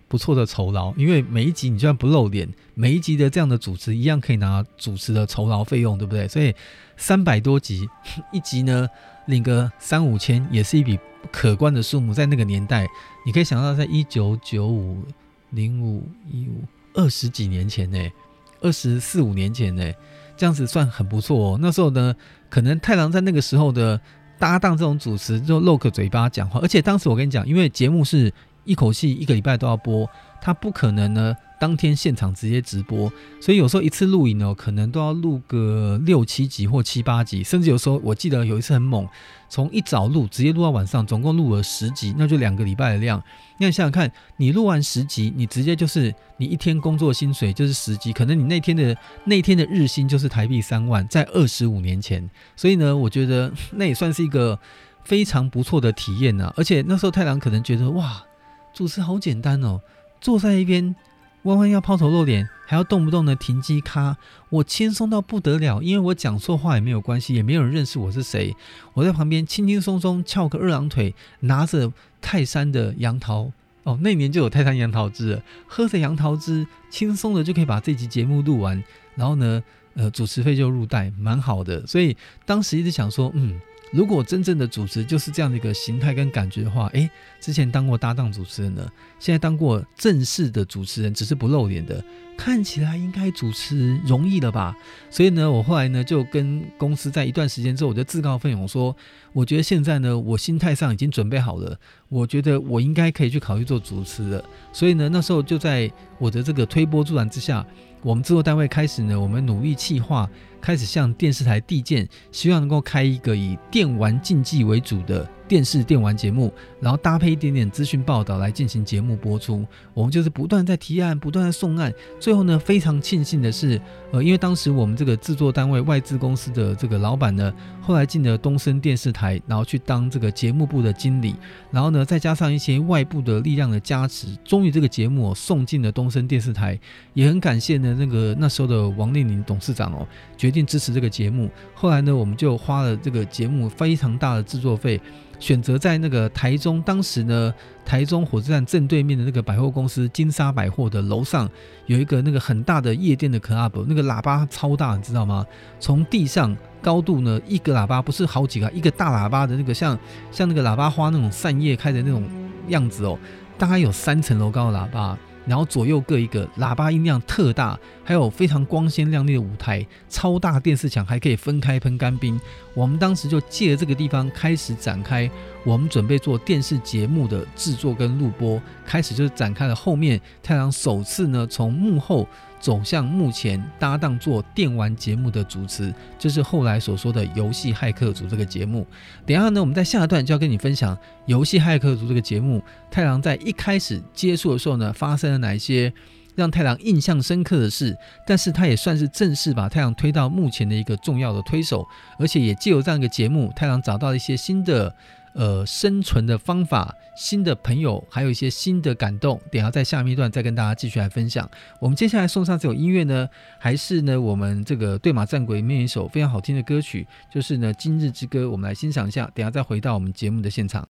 不错的酬劳，因为每一集你就算不露脸，每一集的这样的主持一样可以拿主持的酬劳费用，对不对？所以三百多集，一集呢领个三五千，也是一笔可观的数目。在那个年代，你可以想到，在一九九五、零五、一五，二十几年前呢，二十四五年前呢，这样子算很不错哦。那时候呢，可能太郎在那个时候的搭档这种主持就露个嘴巴讲话，而且当时我跟你讲，因为节目是一口气一个礼拜都要播，他不可能呢当天现场直接直播，所以有时候一次录影呢，可能都要录个六七集或七八集，甚至有时候我记得有一次很猛，从一早录直接录到晚上，总共录了十集，那就两个礼拜的量。那你想想看，你录完十集，你直接就是你一天工作薪水就是十集，可能你那天的那天的日薪就是台币三万，在二十五年前，所以呢，我觉得那也算是一个非常不错的体验啊。而且那时候太郎可能觉得哇，主持好简单哦，坐在一边弯弯腰抛头露脸，还要动不动的停机咖，我轻松到不得了，因为我讲错话也没有关系，也没有人认识我是谁，我在旁边轻轻松松翘个二郎腿，拿着泰山的杨桃，哦，那年就有泰山杨桃汁了，喝着杨桃汁，轻松的就可以把这集节目录完，然后呢，呃，主持费就入袋，蛮好的。所以当时一直想说，嗯，如果真正的主持就是这样的一个形态跟感觉的话，诶，之前当过搭档主持人的，现在当过正式的主持人，只是不露脸的，看起来应该主持容易了吧？所以呢，我后来呢就跟公司在一段时间之后，我就自告奋勇说，我觉得现在呢，我心态上已经准备好了，我觉得我应该可以去考虑做主持了。所以呢，那时候就在我的这个推波助澜之下，我们制作单位开始呢，我们努力企划，开始向电视台递件，希望能够开一个以电玩竞技为主的电视电玩节目，然后搭配一点点资讯报道来进行节目播出。我们就是不断在提案，不断在送案。最后呢，非常庆幸的是，呃，因为当时我们这个制作单位外资公司的这个老板呢，后来进了东森电视台，然后去当这个节目部的经理，然后呢，再加上一些外部的力量的加持，终于这个节目、哦、送进了东森电视台。也很感谢呢，那个那时候的王令麟董事长哦，决定支持这个节目。后来呢，我们就花了这个节目非常大的制作费，选择在那个台中，当时呢，台中火车站正对面的那个百货公司金沙百货的楼上，有一个那个很大的夜店的 club， 那个喇叭超大，你知道吗？从地上高度呢，一个喇叭不是好几个，一个大喇叭的那个像像那个喇叭花那种扇叶开的那种样子哦，大概有三层楼高的喇叭。然后左右各一个，喇叭音量特大，还有非常光鲜亮丽的舞台，超大电视墙，还可以分开喷干冰。我们当时就借着这个地方开始展开我们准备做电视节目的制作跟录播，开始就是展开了后面太郎首次呢从幕后走向幕前搭档做电玩节目的主持，就是后来所说的游戏骇客族这个节目。等一下呢，我们在下一段就要跟你分享游戏骇客族这个节目，太郎在一开始接触的时候呢，发生了哪一些让太郎印象深刻的事，但是他也算是正式把太郎推到目前的一个重要的推手，而且也借由这样一个节目，太郎找到了一些新的呃生存的方法，新的朋友，还有一些新的感动。等一下在下面一段再跟大家继续来分享。我们接下来送上这首音乐呢，还是呢我们这个对马战鬼里面一首非常好听的歌曲，就是呢今日之歌，我们来欣赏一下，等一下再回到我们節目的現場。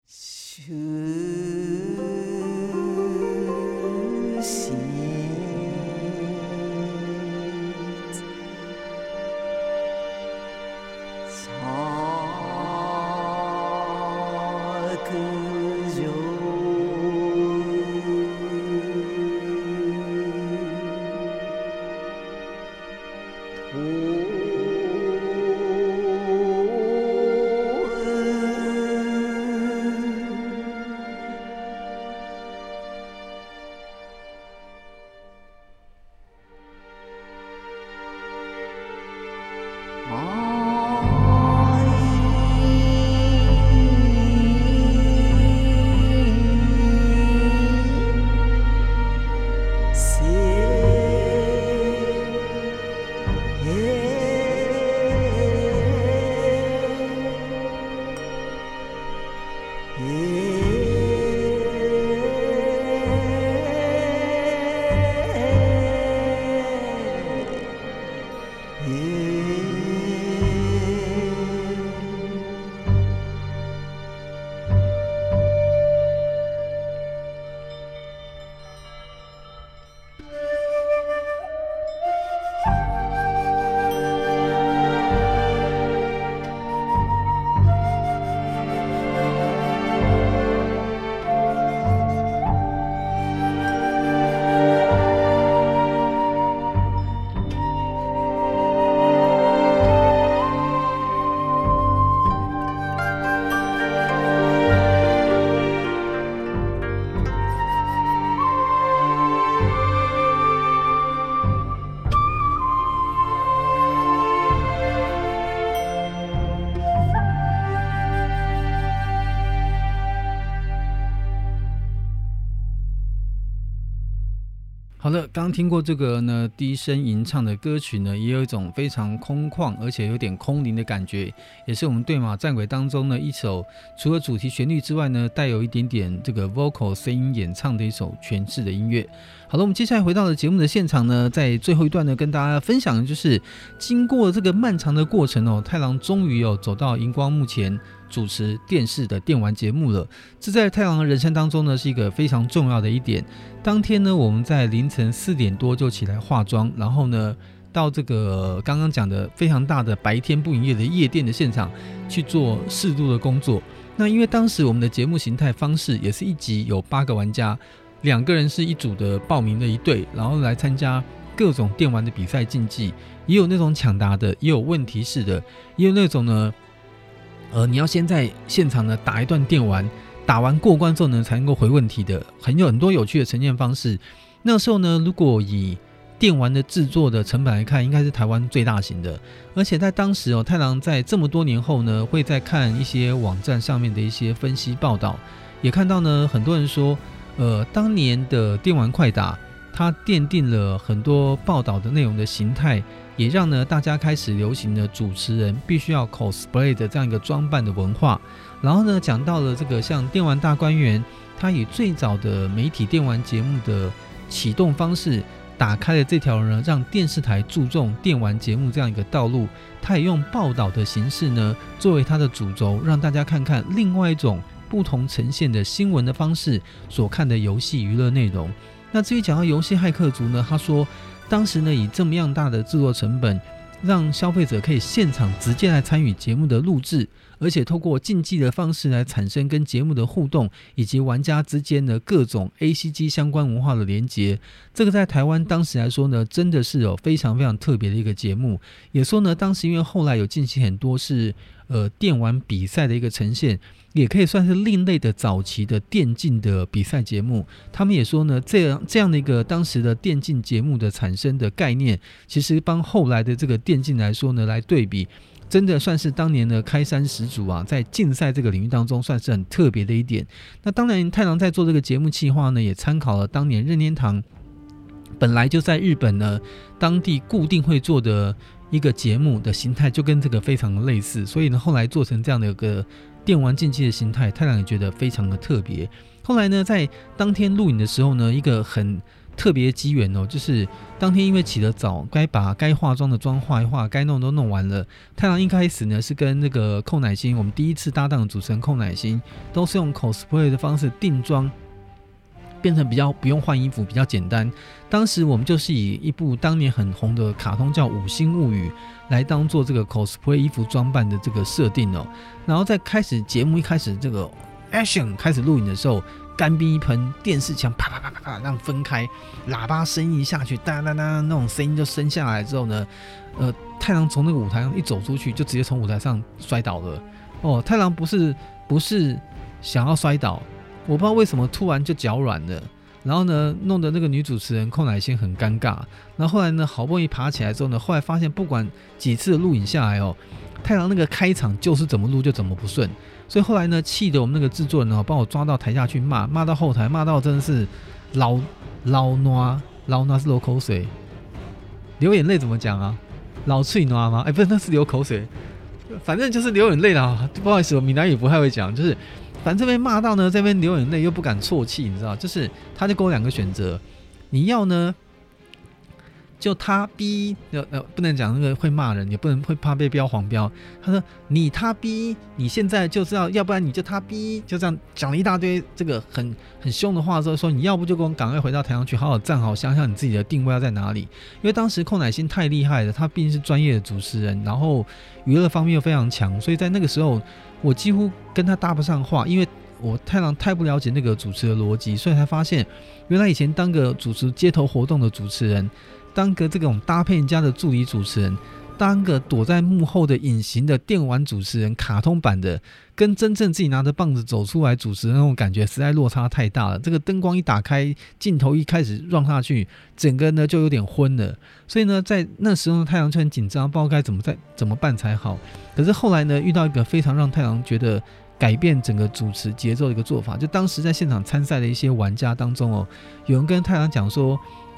的，刚刚听过这个呢低声吟唱的歌曲呢，也有一种非常空旷而且有点空灵的感觉，也是我们对马战鬼当中呢一首除了主题旋律之外呢，带有一点点这个 vocal 声音演唱的一首诠释的音乐。好了，我们接下来回到了节目的现场呢，在最后一段呢，跟大家分享的就是经过这个漫长的过程哦，太郎终于有走到荧光幕前主持电视的电玩节目了。这在太郎的人生当中呢，是一个非常重要的一点。当天呢，我们在凌晨四点多就起来化妆，然后呢，到这个刚刚讲的非常大的白天不营业的夜店的现场去做适度的工作。那因为当时我们的节目形态方式也是一集有八个玩家，两个人是一组的报名的一队，然后来参加各种电玩的比赛竞技，也有那种抢答的，也有问题式的，也有那种呢，呃，你要先在现场呢打一段电玩，打完过关之后呢才能够回问题的，很有很多有趣的呈现方式。那时候呢，如果以电玩的制作的成本来看，应该是台湾最大型的。而且在当时哦，太郎在这么多年后呢，会在看一些网站上面的一些分析报道，也看到呢，很多人说，呃，当年的电玩快打，它奠定了很多报道的内容的形态，也让呢大家开始流行的主持人必须要 cosplay 的这样一个装扮的文化。然后呢，讲到了这个像电玩大观园，它以最早的媒体电玩节目的启动方式，打开了这条呢让电视台注重电玩节目这样一个道路。它也用报道的形式呢作为它的主轴，让大家看看另外一种不同呈现的新闻的方式所看的游戏娱乐内容。那至于讲到游戏骇客族呢，他说当时呢以这么样大的制作成本，让消费者可以现场直接来参与节目的录制，而且透过竞技的方式来产生跟节目的互动，以及玩家之间的各种 A C G 相关文化的连结。这个在台湾当时来说呢，真的是有非常非常特别的一个节目。也说呢，当时因为后来有进行很多是呃电玩比赛的一个呈现，也可以算是另类的早期的电竞的比赛节目。他们也说呢，这样这样的一个当时的电竞节目的产生的概念，其实帮后来的这个电竞来说呢，来对比，真的算是当年的开山始祖啊，在竞赛这个领域当中算是很特别的一点。那当然，太郎在做这个节目企划呢，也参考了当年任天堂本来就在日本呢当地固定会做的一个节目的形态，就跟这个非常的类似，所以呢后来做成这样的一个电玩竞技的形态，太郎也觉得非常的特别。后来呢，在当天录影的时候呢，一个很特别的机缘哦，就是当天因为起得早，该把该化妆的妆化一化，该弄都弄完了。太郎一开始呢是跟那个寇乃馨，我们第一次搭档的主持人寇乃馨，都是用 cosplay 的方式定妆，变成比较不用换衣服，比较简单。当时我们就是以一部当年很红的卡通叫《五星物语》来当做这个 cosplay 衣服装扮的这个设定哦。然后在开始节目一开始这个 action 开始录影的时候，干冰一喷，电视墙啪啪啪啪啪让分开，喇叭声音一下去，哒哒哒那种声音就升下来之后呢，呃，太郎从那个舞台上一走出去，就直接从舞台上摔倒了。哦，太郎不是不是想要摔倒，我不知道为什么突然就脚软了，然后呢，弄得那个女主持人寇乃馨很尴尬。然后后来呢，好不容易爬起来之后呢，后来发现不管几次的录影下来哦，太郎那个开场就是怎么录就怎么不顺。所以后来呢，气得我们那个制作人呢，帮我抓到台下去骂，骂到后台，骂到真的是老老暖，老暖是流口水，流眼泪怎么讲啊？老脆暖吗？哎、欸，不是，那是流口水，反正就是流眼泪啦。不好意思，我闽南语不太会讲，就是反正被骂到呢，这边流眼泪又不敢啜泣，你知道？就是他就给我两个选择，你要呢？就他逼，呃呃，不能讲那个会骂人，也不能会怕被标黄标。他说你他逼，你现在就知道，要不然你就他逼，就这样讲了一大堆这个很很凶的话之后，说你要不就跟我赶快回到台上去，好好站好，想想你自己的定位要在哪里。因为当时寇乃馨太厉害了，他毕竟是专业的主持人，然后娱乐方面又非常强，所以在那个时候我几乎跟他搭不上话，因为我太郎太不了解那个主持的逻辑，所以才发现原来以前当个主持街头活动的主持人，当个这种搭配人家的助理主持人，当个躲在幕后的隐形的电玩主持人，卡通版的，跟真正自己拿着棒子走出来主持的那种感觉实在落差太大了。这个灯光一打开，镜头一开始让下去，整个呢就有点昏了。所以呢，在那时候太郎就很紧张，不知道该怎么在怎么办才好。可是后来呢，遇到一个非常让太郎觉得改变整个主持节奏的一个做法，就当时在现场参赛的一些玩家当中哦，有人跟太郎讲说，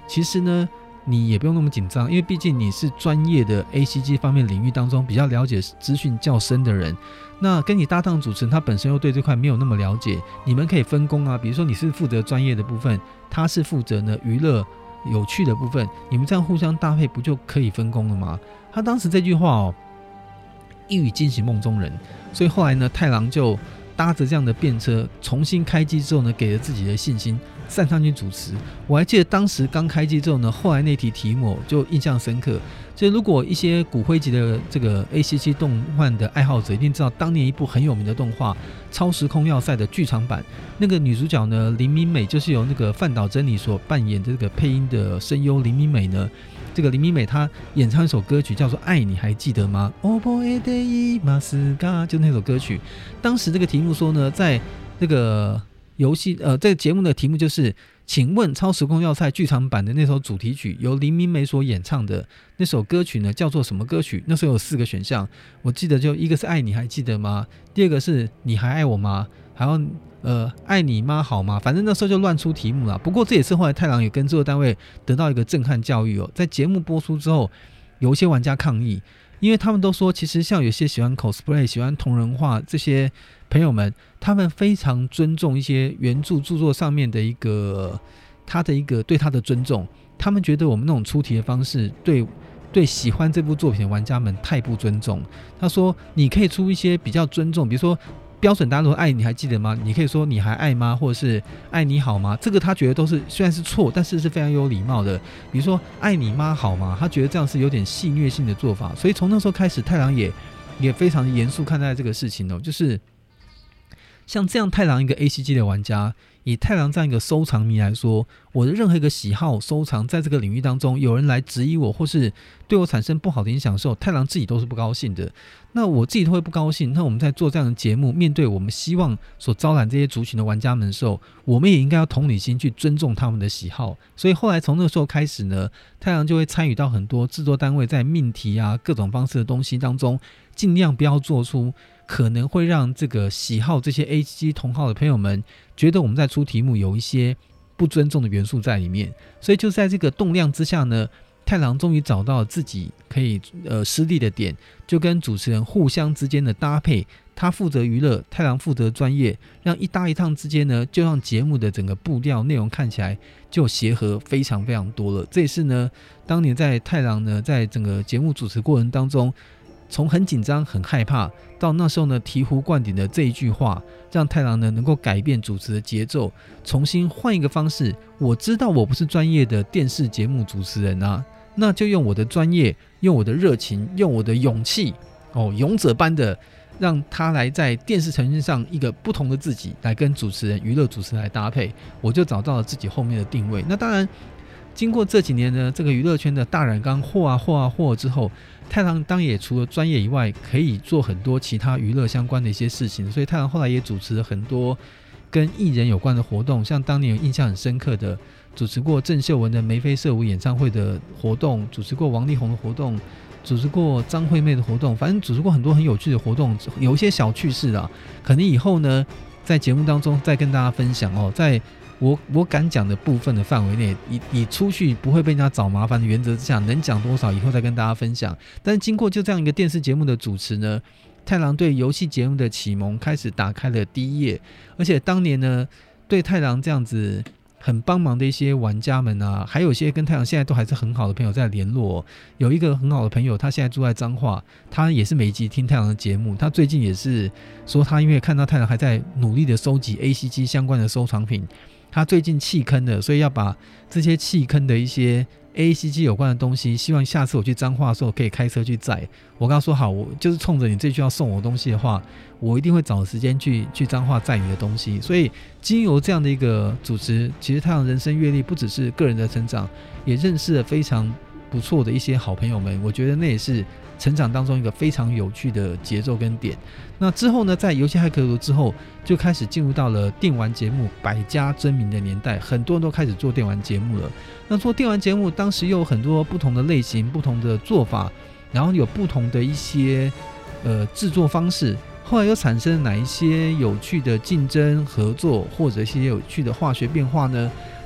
其实呢你也不用那么紧张，因为毕竟你是专业的 A C G 方面领域当中比较了解资讯较深的人，那跟你搭档主持人他本身又对这块没有那么了解，你们可以分工啊，比如说你是负责专业的部分，他是负责呢娱乐有趣的部分，你们这样互相搭配不就可以分工了吗？他当时这句话哦，一语惊醒梦中人，所以后来呢太郎就搭着这样的便车重新开机之后呢，给了自己的信心，站上去主持。我还记得当时刚开机之后呢，后来那题题目就印象深刻。所以如果一些骨灰级的这个 A C G 动漫的爱好者一定知道，当年一部很有名的动画《超时空要塞》的剧场版，那个女主角呢林明美就是由那个饭岛真理所扮演的这个配音的声优林明美呢。这个林明美她演唱一首歌曲叫做《爱你还记得吗》，就那首歌曲。当时这个题目说呢，在这个游戏呃，这个节目的题目就是，请问《超时空要塞》剧场版的那首主题曲由林明美所演唱的那首歌曲呢，叫做什么歌曲？那时候有四个选项，我记得就一个是爱你还记得吗？第二个是你还爱我吗？还有呃，爱你吗好吗？反正那时候就乱出题目了。不过这也是后来太郎也跟制作单位得到一个震撼教育哦。在节目播出之后，有一些玩家抗议，因为他们都说，其实像有些喜欢 cosplay、喜欢同人画这些朋友们，他们非常尊重一些原著著作上面的一个他的一个对他的尊重。他们觉得我们那种出题的方式对对喜欢这部作品的玩家们太不尊重。他说，你可以出一些比较尊重，比如说。标准答案爱你还记得吗？你可以说你还爱吗？或者是爱你好吗？这个他觉得都是虽然是错，但是是非常有礼貌的。比如说爱你妈好吗？他觉得这样是有点戏谑性的做法。所以从那时候开始，太郎也也非常严肃看待这个事情哦。就是像这样太郎一个 A C G 的玩家，以太郎这样一个收藏迷来说，我的任何一个喜好收藏在这个领域当中，有人来质疑我或是对我产生不好的影响的时候，太郎自己都是不高兴的。那我自己都会不高兴，那我们在做这样的节目，面对我们希望所招揽这些族群的玩家们的时候，我们也应该要同理心去尊重他们的喜好。所以后来从那个时候开始呢，太郎就会参与到很多制作单位在命题啊各种方式的东西当中，尽量不要做出可能会让这个喜好这些 A C G 同好的朋友们觉得我们在出题目有一些不尊重的元素在里面。所以就在这个动量之下呢，太郎终于找到了自己可以呃施力的点，就跟主持人互相之间的搭配，他负责娱乐，太郎负责专业，让一搭一趟之间呢，就让节目的整个步调内容看起来就协和非常非常多了。这也是呢，当年在太郎呢在整个节目主持过程当中，从很紧张很害怕到那时候呢醍醐灌顶的这一句话，让太郎呢能够改变主持的节奏，重新换一个方式。我知道我不是专业的电视节目主持人啊，那就用我的专业，用我的热情，用我的勇气哦，勇者般的让他来在电视呈现上一个不同的自己，来跟主持人娱乐主持人来搭配，我就找到了自己后面的定位。那当然经过这几年呢，这个娱乐圈的大染缸和啊和啊和之后，太郎当然也除了专业以外，可以做很多其他娱乐相关的一些事情，所以太郎后来也主持了很多跟艺人有关的活动，像当年有印象很深刻的，主持过郑秀文的眉飞色舞演唱会的活动，主持过王力宏的活动，主持过张惠妹的活动，反正主持过很多很有趣的活动，有一些小趣事啦，可能以后呢在节目当中再跟大家分享哦。在我我敢讲的部分的范围内，以以出去不会被人家找麻烦的原则之下，能讲多少以后再跟大家分享。但是经过就这样一个电视节目的主持呢，太郎对游戏节目的启蒙开始打开了第一页。而且当年呢，对太郎这样子很帮忙的一些玩家们啊，还有一些跟太郎现在都还是很好的朋友在联络、哦、有一个很好的朋友，他现在住在彰化，他也是每一集听太郎的节目。他最近也是说，他因为看到太郎还在努力的收集 A C G 相关的收藏品，他最近弃坑了，所以要把这些弃坑的一些 A C G 有关的东西，希望下次我去彰化的时候可以开车去载。我跟他说好，我就是冲着你这句要送我东西的话，我一定会找时间去去彰化载你的东西。所以经由这样的一个主持，其实太郎人生阅历不只是个人的成长，也认识了非常不错的一些好朋友们。我觉得那也是成长当中一个非常有趣的节奏跟点。那之后呢，在游戏骇客族之后，就开始进入到了电玩节目百家争鸣的年代，很多人都开始做电玩节目了。那做电玩节目当时又有很多不同的类型，不同的做法，然后有不同的一些呃制作方式。后来又产生哪一些有趣的竞争合作，或者一些有趣的化学变化呢？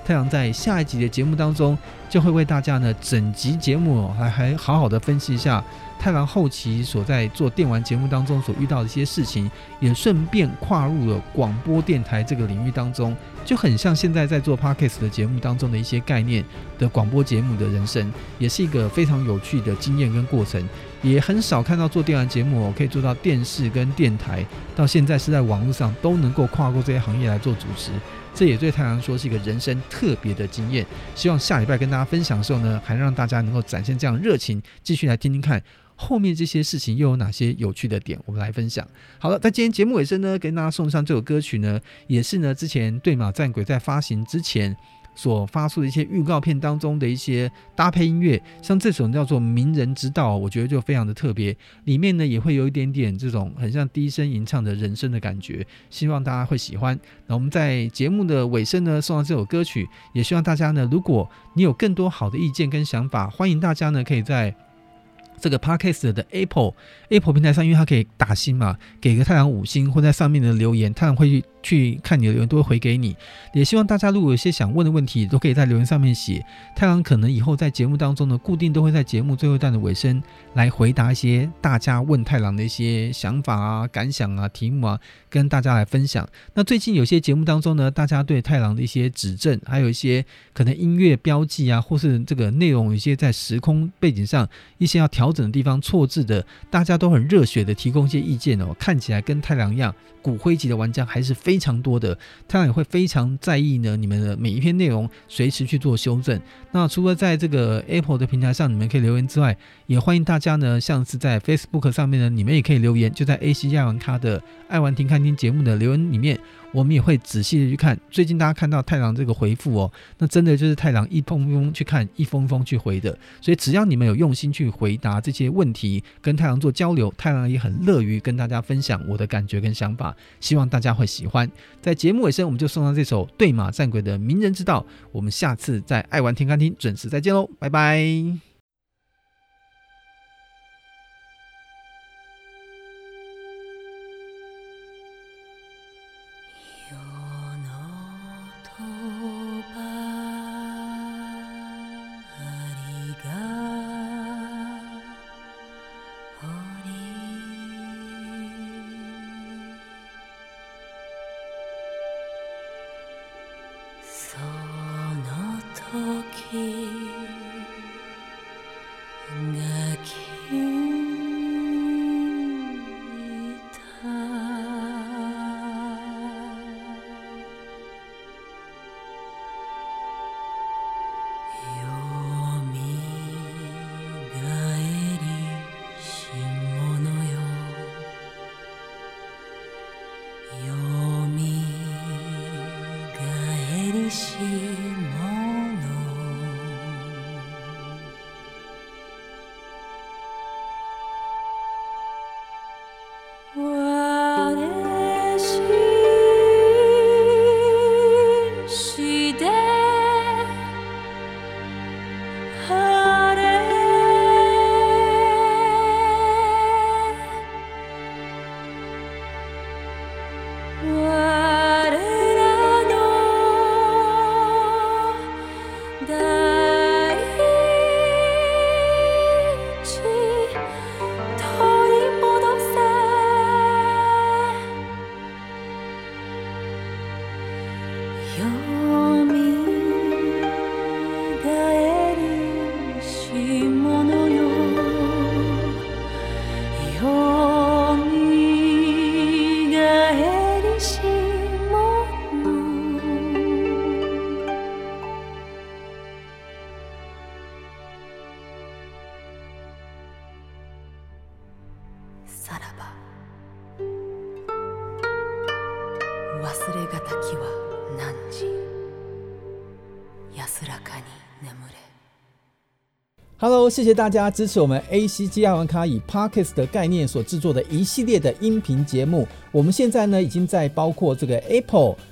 太郎在下一集的节目当中就会为大家呢整集节目还还好好的分析一下太郎后期所在做电玩节目当中所遇到的一些事情，也顺便跨入了广播电台这个领域当中，就很像现在在做 Podcast 的节目当中的一些概念的广播节目的人生，也是一个非常有趣的经验跟过程。也很少看到做电玩节目可以做到电视跟电台，到现在是在网络上都能够跨过这些行业来做主持，这也对太郎说是一个人生特别的经验。希望下礼拜跟大家分享的时候呢，还让大家能够展现这样热情，继续来听听看后面这些事情又有哪些有趣的点，我们来分享。好了，在今天节目尾声呢，跟大家送上这首歌曲呢，也是呢之前对马战鬼在发行之前所发出的一些预告片当中的一些搭配音乐，像这首叫做《名人之道》，我觉得就非常的特别，里面呢也会有一点点这种很像低声吟唱的人声的感觉，希望大家会喜欢。那我们在节目的尾声呢送上这首歌曲，也希望大家呢，如果你有更多好的意见跟想法，欢迎大家呢可以在这个 Podcast 的 Apple Apple 平台上，因为它可以打星嘛，给个太郎五星或在上面的留言，太郎会去看你的留言，都会回给你。也希望大家如果有些想问的问题，都可以在留言上面写，太郎可能以后在节目当中呢，固定都会在节目最后一段的尾声来回答一些大家问太郎的一些想法啊、感想啊、题目啊，跟大家来分享。那最近有些节目当中呢，大家对太郎的一些指正，还有一些可能音乐标记啊，或是这个内容有一些在时空背景上一些要调整的地方错字的，大家都很热血的提供一些意见哦。看起来跟太郎一样，骨灰级的玩家还是非常多的，太郎也会非常在意呢你们的每一篇内容，随时去做修正。那除了在这个 Apple 的平台上你们可以留言之外，也欢迎大家呢，像是在 Facebook 上面呢，你们也可以留言，就在 A C 爱玩咖的爱玩听看听节目的留言里面，我们也会仔细的去看。最近大家看到太郎这个回复哦，那真的就是太郎一封封去看，一封封去回的。所以只要你们有用心去回答这些问题，跟太郎做交流，太郎也很乐于跟大家分享我的感觉跟想法，希望大家会喜欢。在节目尾声，我们就送上这首对马战鬼的名人之道。我们下次在爱玩听看听准时再见喽，拜拜。Hello， 谢谢大家支持我们 A C G 爱玩咖以 Podcast 的概念所制作的一系列的音频节目。我们现在呢已经在包括这个 Apple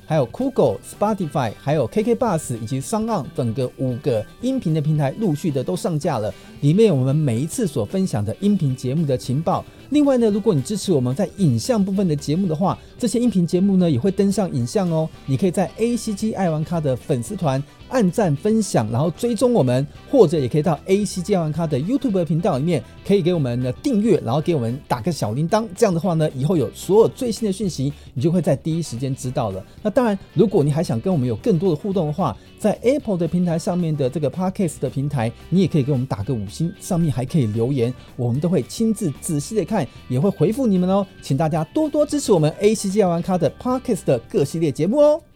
还有酷狗、Spotify 还有 K K Bus 以及SoundOn等个五个音频的平台陆续的都上架了，里面有我们每一次所分享的音频节目的情报。另外呢，如果你支持我们在影像部分的节目的话，这些音频节目呢也会登上影像哦。你可以在 A C G 爱玩咖的粉丝团按赞分享，然后追踪我们，或者也可以到 A C G 爱玩咖的 YouTube 频道里面，可以给我们的订阅，然后给我们打个小铃铛。这样的话呢，以后有所有最新的讯息，你就会在第一时间知道了。那当然，如果你还想跟我们有更多的互动的话，在 Apple 的平台上面的这个 Podcast 的平台，你也可以给我们打个五星，上面还可以留言，我们都会亲自仔细的看，也会回复你们哦。请大家多多支持我们 A C G 爱玩咖的 Podcast 的各系列节目哦。